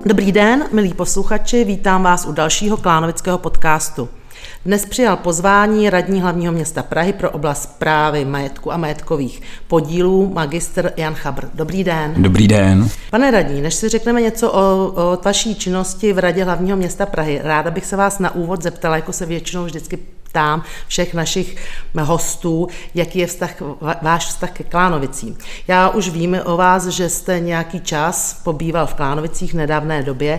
Dobrý den, milí posluchači, vítám vás u dalšího klánovického podcastu. Dnes přijal pozvání radní hlavního města Prahy pro oblast správy majetku a majetkových podílů magistr Jan Chabr. Dobrý den. Dobrý den. Pane radní, než si řekneme něco o vaší činnosti v radě hlavního města Prahy, ráda bych se vás na úvod zeptala, jako se většinou vždycky ptám všech našich hostů, jaký je váš vztah ke Klánovicím. Já už vím o vás, že jste nějaký čas pobýval v Klánovicích v nedávné době,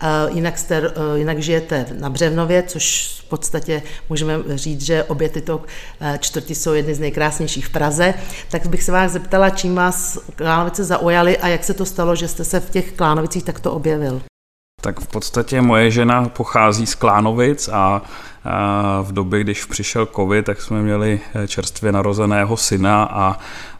jinak žijete na Břevnově, což v podstatě můžeme říct, že obě tyto čtvrti jsou jedny z nejkrásnějších v Praze. Tak bych se vás zeptala, čím vás Klánovice zaujaly a jak se to stalo, že jste se v těch Klánovicích takto objevil. Tak v podstatě moje žena pochází z Klánovic a v době, když přišel covid, tak jsme měli čerstvě narozeného syna a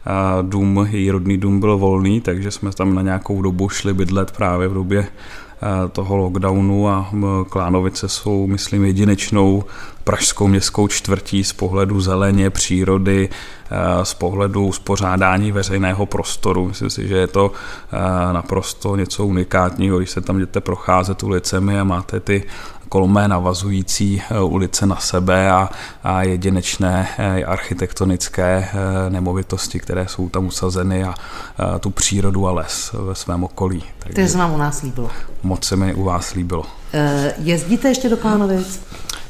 její rodný dům byl volný, takže jsme tam na nějakou dobu šli bydlet právě v době toho lockdownu a Klánovice jsou, myslím, jedinečnou pražskou městskou čtvrtí z pohledu zeleně, přírody, z pohledu uspořádání veřejného prostoru. Myslím si, že je to naprosto něco unikátního, když se tam jdete procházet ulicemi a máte ty kolmé navazující ulice na sebe a jedinečné architektonické nemovitosti, které jsou tam usazeny a tu přírodu a les ve svém okolí. Takže se vám u nás líbilo? Moc se mi u vás líbilo. Jezdíte ještě do Klánovic?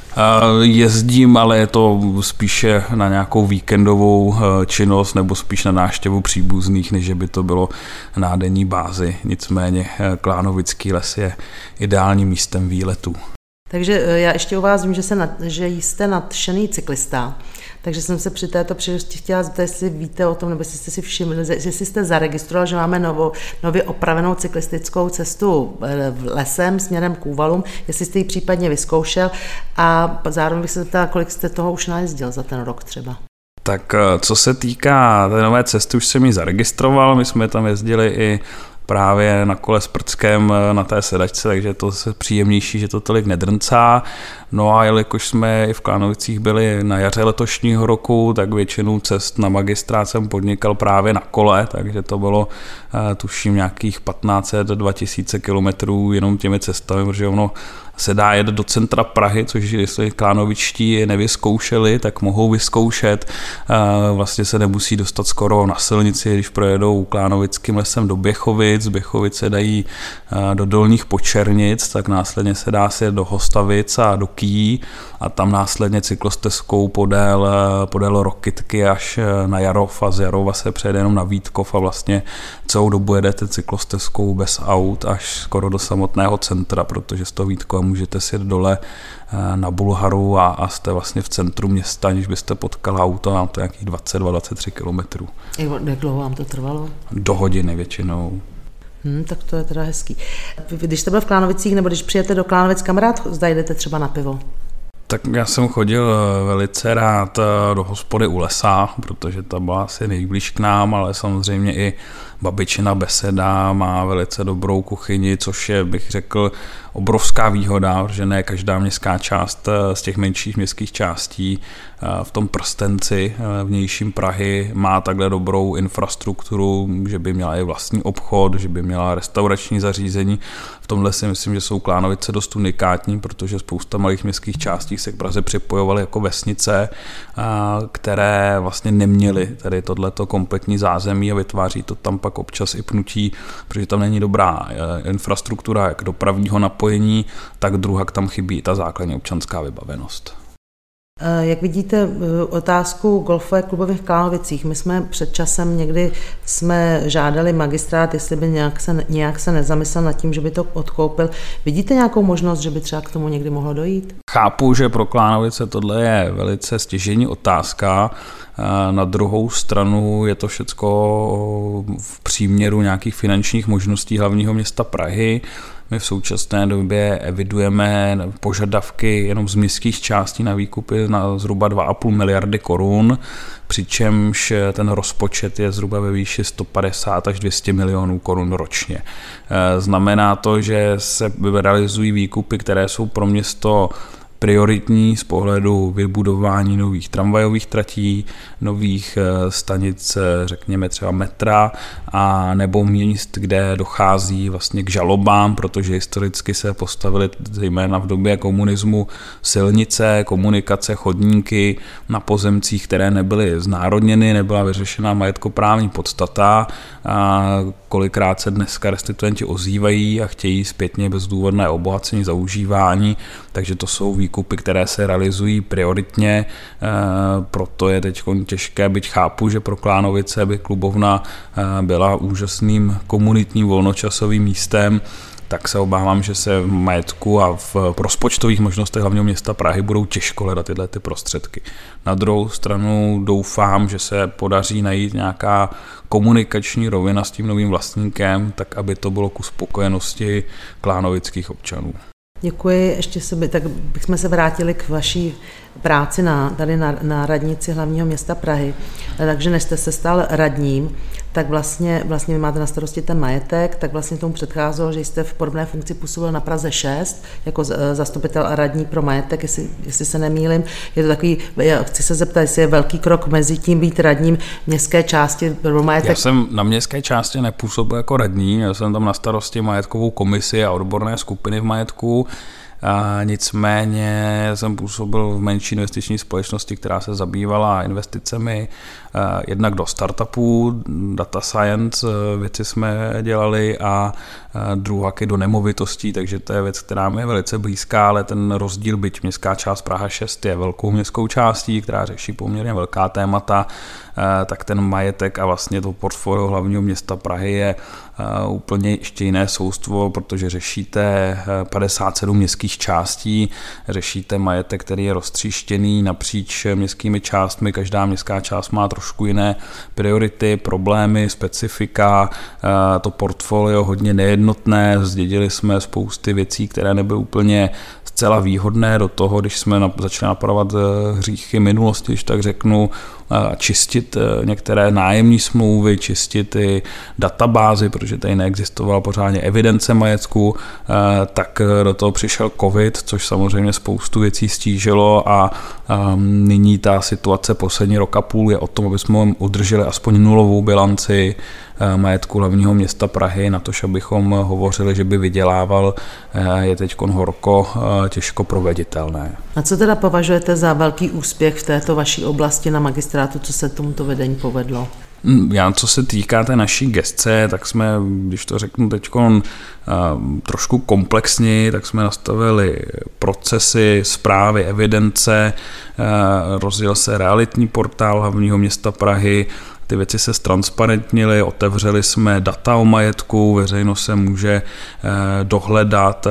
Jezdím, ale je to spíše na nějakou víkendovou činnost nebo spíš na návštěvu příbuzných, než by to bylo na denní bázi. Nicméně Klánovický les je ideálním místem výletu. Takže já ještě u vás vím, že jste nadšený cyklista, takže jsem se při této příležitosti chtěla zeptat, jestli víte o tom, nebo jestli jste si všimli, jestli jste zaregistroval, že máme nově opravenou cyklistickou cestu lesem směrem k Úvalům, jestli jste ji případně vyzkoušel a zároveň bych se zeptala, kolik jste toho už najezdil za ten rok třeba. Tak co se týká té nové cesty, už jsem ji zaregistroval, my jsme tam jezdili i právě na kole s prckem na té sedačce, takže to je příjemnější, že to tolik nedrncá. No a jelikož jsme i v Klánovicích byli na jaře letošního roku, tak většinu cest na magistrát jsem podnikal právě na kole, takže to bylo tuším nějakých 1500-2000 kilometrů jenom těmi cestami, protože ono se dá jet do centra Prahy, což jestli Klánovičtí nevyzkoušeli, tak mohou vyzkoušet. Vlastně se nemusí dostat skoro na silnici, když projedou Klánovickým lesem do Běchovic, z Běchovic se dají do Dolních Počernic, tak následně se dá sjet do Hostavic a do Kyjí a tam následně cyklostezkou podél Rokytky až na Jarov a z Jarova se přejede jenom na Vítkov a vlastně celou dobu jedete cyklostezkou bez aut až skoro do samotného centra, protože z toho Vítkova můžete sjet dole na Bulharu a jste vlastně v centru města, aniž byste potkal auto, mám to nějakých 22-23 kilometrů. Jak dlouho vám to trvalo? Do hodiny většinou. Tak to je teda hezký. Když jste byl v Klánovicích, nebo když přijete do Klánovic kamarád, zda jdete třeba na pivo? Tak já jsem chodil velice rád do hospody u lesa, protože ta byla asi nejblíž k nám, ale samozřejmě i babičina Beseda má velice dobrou kuchyni, což je, bych řekl, obrovská výhoda, protože ne každá městská část z těch menších městských částí v tom prstenci vnějším Prahy má takhle dobrou infrastrukturu, že by měla i vlastní obchod, že by měla restaurační zařízení. V tomhle si myslím, že jsou Klánovice dost unikátní, protože spousta malých městských částí se k Praze připojovaly jako vesnice, které vlastně neměly tady tohleto kompletní zázemí a vytváří to tam pak občas i pnutí, protože tam není dobrá infrastruktura jak dopravního napojení, tak druhak tam chybí ta základní občanská vybavenost. Jak vidíte otázku golfové kluby v Klánovicích? My jsme před časem někdy žádali magistrát, jestli by nějak se nezamyslel nad tím, že by to odkoupil. Vidíte nějakou možnost, že by třeba k tomu někdy mohlo dojít? Chápu, že pro Klánovice tohle je velice stěžejní otázka. Na druhou stranu je to všecko v příměru nějakých finančních možností hlavního města Prahy. My v současné době evidujeme požadavky jenom z městských částí na výkupy na zhruba 2,5 miliardy korun, přičemž ten rozpočet je zhruba ve výši 150 až 200 milionů korun ročně. Znamená to, že se realizují výkupy, které jsou pro město prioritní z pohledu vybudování nových tramvajových tratí, nových stanic, řekněme třeba metra, a nebo míst, kde dochází vlastně k žalobám, protože historicky se postavily zejména v době komunismu silnice, komunikace, chodníky na pozemcích, které nebyly znárodněny, nebyla vyřešena majetkoprávní podstata. A kolikrát se dneska restituenti ozývají a chtějí zpětně bezdůvodné obohacení za užívání, takže to jsou výkupy, které se realizují prioritně, proto je teď těžké, byť chápu, že pro Klánovice by klubovna byla úžasným komunitním volnočasovým místem, tak se obávám, že se v majetku a v rozpočtových možnostech hlavního města Prahy budou těžko hledat tyhle ty prostředky. Na druhou stranu doufám, že se podaří najít nějaká komunikační rovina s tím novým vlastníkem, tak aby to bylo ku spokojenosti klánovických občanů. Děkuji. Tak bychom se vrátili k vaší práci tady na radnici hlavního města Prahy. Takže než jste se stal radním, tak vlastně vy máte na starosti ten majetek, tak vlastně tomu předcházelo, že jste v podobné funkci působil na Praze 6 jako zastupitel a radní pro majetek, jestli se nemýlim. Je to takový, chci se zeptat, jestli je velký krok mezi tím být radním městské části pro majetek. Já jsem na městské části nepůsobil jako radní, já jsem tam na starosti majetkovou komisi a odborné skupiny v majetku. Nicméně jsem působil v menší investiční společnosti, která se zabývala investicemi jednak do startupů, data science věci jsme dělali a druhak i do nemovitostí, takže to je věc, která mi je velice blízká, ale ten rozdíl, byť městská část Praha 6 je velkou městskou částí, která řeší poměrně velká témata, tak ten majetek a vlastně to portfolio hlavního města Prahy je úplně ještě jiné soustvo, protože řešíte 57 městských částí, řešíte majetek, který je roztříštěný napříč městskými částmi, každá městská část má trošku jiné priority, problémy, specifika, to portfolio hodně nejednotné, zdědili jsme spousty věcí, které nebyly úplně zcela výhodné do toho, když jsme začali napravovat hříchy minulosti, když tak řeknu, čistit některé nájemní smlouvy, čistit i databázy, protože tady neexistovala pořádně evidence majetku, tak do toho přišel covid, což samozřejmě spoustu věcí stížilo a nyní ta situace poslední rok a půl je o tom, aby jsme udrželi aspoň nulovou bilanci majetku hlavního města Prahy, na to, abychom hovořili, že by vydělával, je teď horko těžko proveditelné. A co teda považujete za velký úspěch v této vaší oblasti na magistrátu, co se tomuto vedení povedlo? Já, co se týká té naší gesce, tak jsme, když to řeknu teď trošku komplexněji, tak jsme nastavili procesy, správy, evidence, rozjel se realitní portál hlavního města Prahy, ty věci se ztransparentnily, otevřeli jsme data o majetku, veřejnost se může dohledat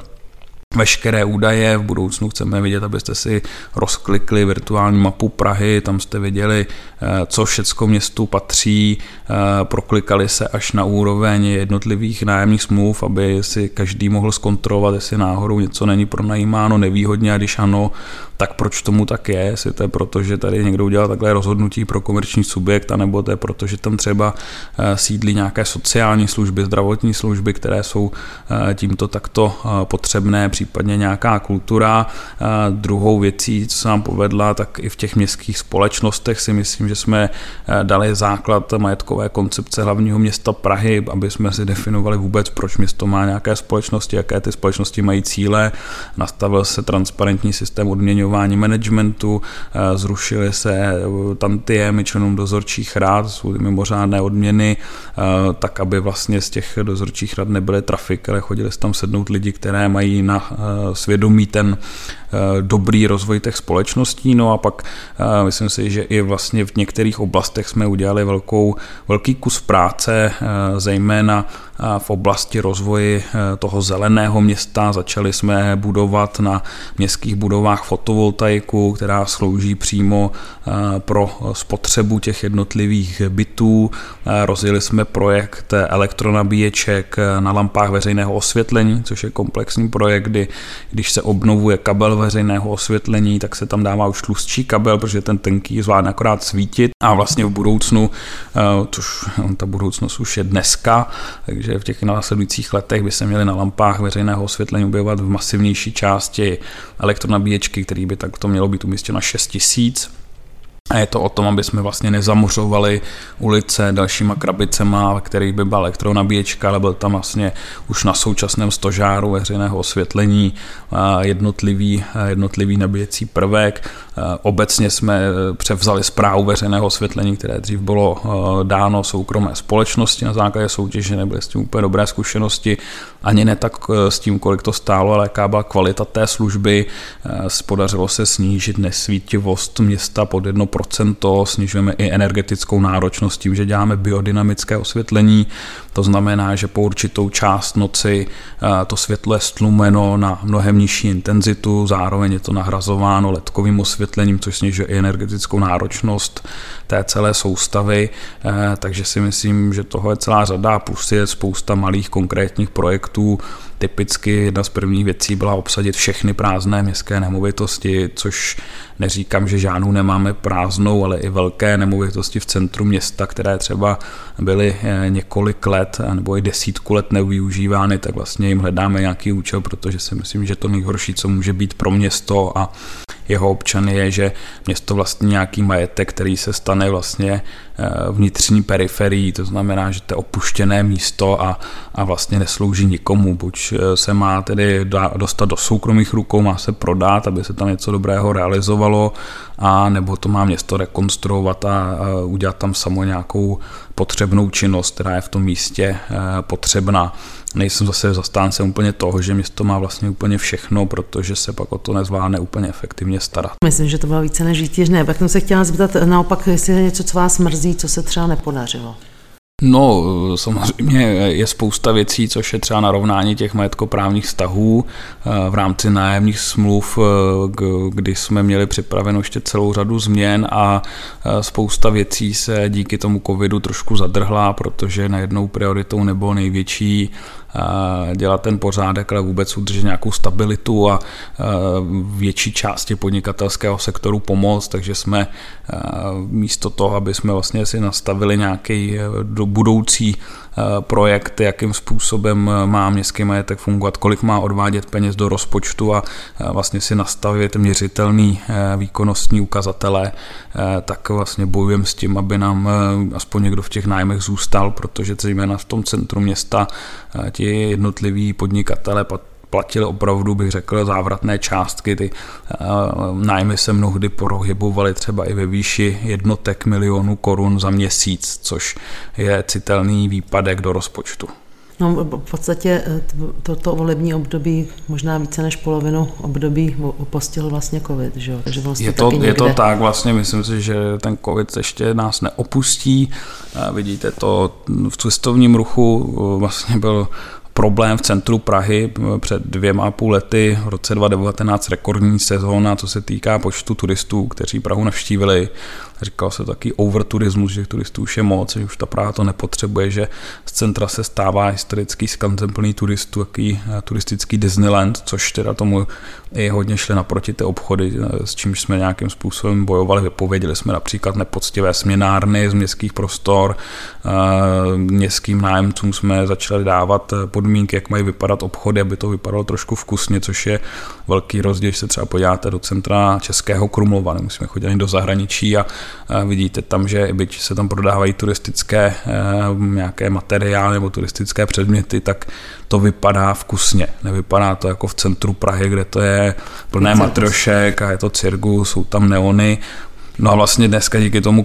veškeré údaje. V budoucnu chceme vidět, abyste si rozklikli virtuální mapu Prahy, tam jste viděli, co všecko městu patří, proklikali se až na úroveň jednotlivých nájemních smluv, aby si každý mohl zkontrolovat, jestli náhodou něco není pronajímáno nevýhodně, a když ano, tak proč tomu tak je, jestli to je proto, že tady někdo udělal takhle rozhodnutí pro komerční subjekt, anebo to je proto, že tam třeba sídlí nějaké sociální služby, zdravotní služby, které jsou tímto takto potřebné, případně nějaká kultura. Druhou věcí, co se nám povedla, tak i v těch městských společnostech si myslím, že jsme dali základ majetkové koncepce hlavního města Prahy, aby jsme si definovali vůbec, proč město má nějaké společnosti, jaké ty společnosti mají cíle. Nastavil se transparentní systém odměňování managementu, zrušily se tantiemy členům dozorčích rad, jsou mimořádné odměny, tak aby vlastně z těch dozorčích rad nebyly trafik, ale chodili se tam sednout lidi, které mají na svědomí ten dobrý rozvoj těch společností. No a pak myslím si, že i vlastně v některých oblastech jsme udělali velký kus práce, zejména v oblasti rozvoje toho zeleného města. Začali jsme budovat na městských budovách fotovoltaiku, která slouží přímo pro spotřebu těch jednotlivých bytů. Rozjeli jsme projekt elektronabíječek na lampách veřejného osvětlení, což je komplexní projekt, kdy když se obnovuje kabel veřejného osvětlení, tak se tam dává už tlustší kabel, protože ten tenký zvládne akorát svítit, a vlastně v budoucnu, což ta budoucnost už je dneska, takže že v těch následujících letech by se měly na lampách veřejného osvětlení objevovat v masivnější části elektronabíječky, který by takto mělo být umístěno 6 000. A je to o tom, aby jsme vlastně nezamořovali ulice dalšíma krabicema, ve kterých by byla elektronabíječka, ale byl tam vlastně už na současném stožáru veřejného osvětlení jednotlivý nabíjecí prvek. Obecně jsme převzali správu veřejného osvětlení, které dřív bylo dáno soukromé společnosti na základě soutěže, nebyly s tím úplně dobré zkušenosti, ani ne tak s tím, kolik to stálo, ale jaká byla kvalita té služby. Podařilo se snížit nesvítivost města pod 1%, snižujeme i energetickou náročnost tím, že děláme biodynamické osvětlení. To znamená, že po určitou část noci to světlo je stlumeno na mnohem nižší intenzitu, zároveň je to nahrazováno ledkovým osvětlením, což snižuje i energetickou náročnost té celé soustavy, takže si myslím, že toho je celá řada, plus je spousta malých konkrétních projektů. Typicky jedna z prvních věcí byla obsadit všechny prázdné městské nemovitosti, což neříkám, že žádnou nemáme prázdnou, ale i velké nemovitosti v centru města, které třeba byly několik let nebo i 10 let nevyužívány, tak vlastně jim hledáme nějaký účel, protože si myslím, že to nejhorší, co může být pro město a jeho občany, je, že město vlastní nějaký majetek, který se stane vlastně vnitřní periferií, to znamená, že to je opuštěné místo a vlastně neslouží nikomu. Buď se má tedy dostat do soukromých rukou, má se prodat, aby se tam něco dobrého realizovalo, a nebo to má město rekonstruovat a udělat tam samo nějakou potřebnou činnost, která je v tom místě potřebná. Nejsem zase zastáncem úplně toho, že město má vlastně úplně všechno, protože se pak o to nezvládne úplně efektivně starat. Myslím, že to bylo více než výtěžné. Pak jsem se chtěla zeptat naopak, jestli je něco, co vás mrzí, co se třeba nepodařilo. No, samozřejmě je spousta věcí, což je třeba narovnání těch majetkoprávních vztahů v rámci nájemních smluv, kdy jsme měli připravenou ještě celou řadu změn a spousta věcí se díky tomu covidu trošku zadrhla, protože najednou prioritou nebylo největší dělat ten pořádek, ale vůbec udržet nějakou stabilitu a větší části podnikatelského sektoru pomoct, takže jsme místo toho, aby jsme vlastně si nastavili nějaký budoucí projekt, jakým způsobem má městský majetek fungovat, kolik má odvádět peněz do rozpočtu a vlastně si nastavit měřitelný výkonnostní ukazatele, tak vlastně bojujeme s tím, aby nám aspoň někdo v těch nájmech zůstal, protože zejména v tom centru města ti jednotliví podnikatele platili opravdu, bych řekl, závratné částky. Ty nájmy se mnohdy pohybovaly třeba i ve výši jednotek milionů korun za měsíc, což je citelný výpadek do rozpočtu. No, v podstatě toto volební období, možná více než polovinu období postihl vlastně covid, že jo? Takže vlastně je to tak, vlastně myslím si, že ten covid ještě nás neopustí. Vidíte to v cestovním ruchu, vlastně byl problém v centru Prahy před 2,5 lety, v roce 2019 rekordní sezóna, co se týká počtu turistů, kteří Prahu navštívili. Říkal se taky overturismus, že turistů už je moc, že už ta Praha to nepotřebuje, že z centra se stává historický skanzen plný turistů, jaký turistický Disneyland, což teda tomu i hodně šli naproti ty obchody, s čímž jsme nějakým způsobem bojovali. Vypověděli jsme například nepoctivé směnárny z městských prostor, městským nájemcům jsme začali dávat podmínky, jak mají vypadat obchody, aby to vypadalo trošku vkusně, což je velký rozdíl, když se třeba podíváte do centra Českého Krumlova, nemusíme chodit ani do zahraničí a vidíte tam, že byť se tam prodávají turistické nějaké materiály nebo turistické předměty, tak to vypadá vkusně. Nevypadá to jako v centru Prahy, kde to je plné matriošek a je to cirkus, jsou tam neony. No a vlastně dneska díky tomu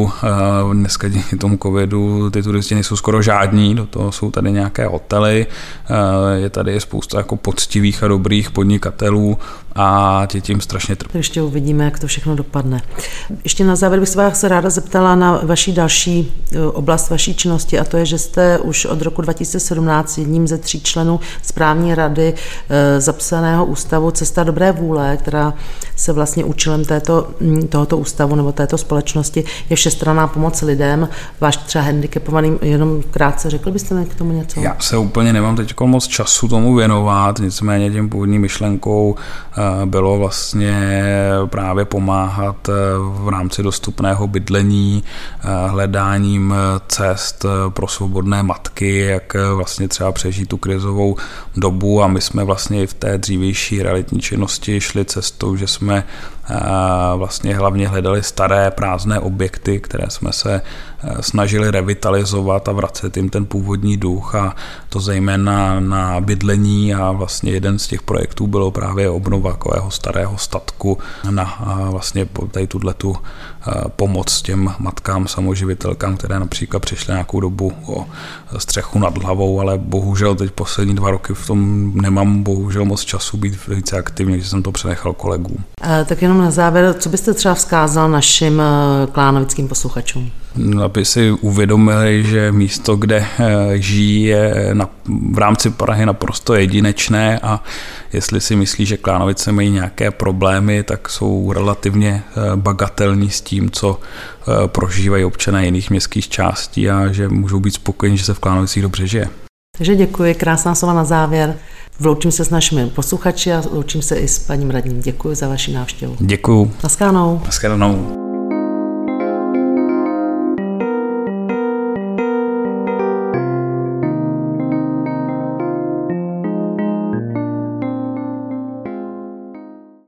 covidu ty turisti nejsou skoro žádní, do toho jsou tady nějaké hotely, je tady spousta jako poctivých a dobrých podnikatelů a tím strašně trpí. Ještě uvidíme, jak to všechno dopadne. Ještě na závěr bych se vás ráda zeptala na vaši další oblast vaší činnosti, a to je, že jste už od roku 2017 jedním ze 3 členů správní rady zapsaného ústavu Cesta dobré vůle, která se vlastně účelem tohoto ústavu nebo této společnosti je všestranná pomoc lidem, váš třeba handicapovaným, jenom krátce řekl byste mi k tomu něco? Já se úplně nemám teď moc času tomu věnovat, nicméně tím původním myšlenkou bylo vlastně právě pomáhat v rámci dostupného bydlení, hledáním cest pro svobodné matky, jak vlastně třeba přežít tu krizovou dobu, a my jsme vlastně i v té dřívější realitní činnosti šli cestou, že jsme vlastně hlavně hledali staré prázdné objekty, které jsme se snažili revitalizovat a vracet jim ten původní duch, a to zejména na bydlení, a vlastně jeden z těch projektů bylo právě obnova takového starého statku na vlastně tady tuhletu pomoc těm matkám samoživitelkám, které například přišly nějakou dobu o střechu nad hlavou, ale bohužel teď poslední 2 roky v tom nemám bohužel moc času být více aktivní, že jsem to přenechal kolegům. Tak jenom na závěr, co byste třeba vzkázal našim klánovickým posluchačům? Aby si uvědomili, že místo, kde žijí, je v rámci Prahy naprosto jedinečné, a jestli si myslí, že Klánovice mají nějaké problémy, tak jsou relativně bagatelní s tím, co prožívají občané jiných městských částí, a že můžou být spokojeni, že se v Klánovicích dobře žije. Takže děkuji, krásná slova na závěr. Vloučím se s našimi posluchači a loučím se i s paním radním. Děkuji za vaši návštěvu. Děkuju. Naschledanou. Naschledanou.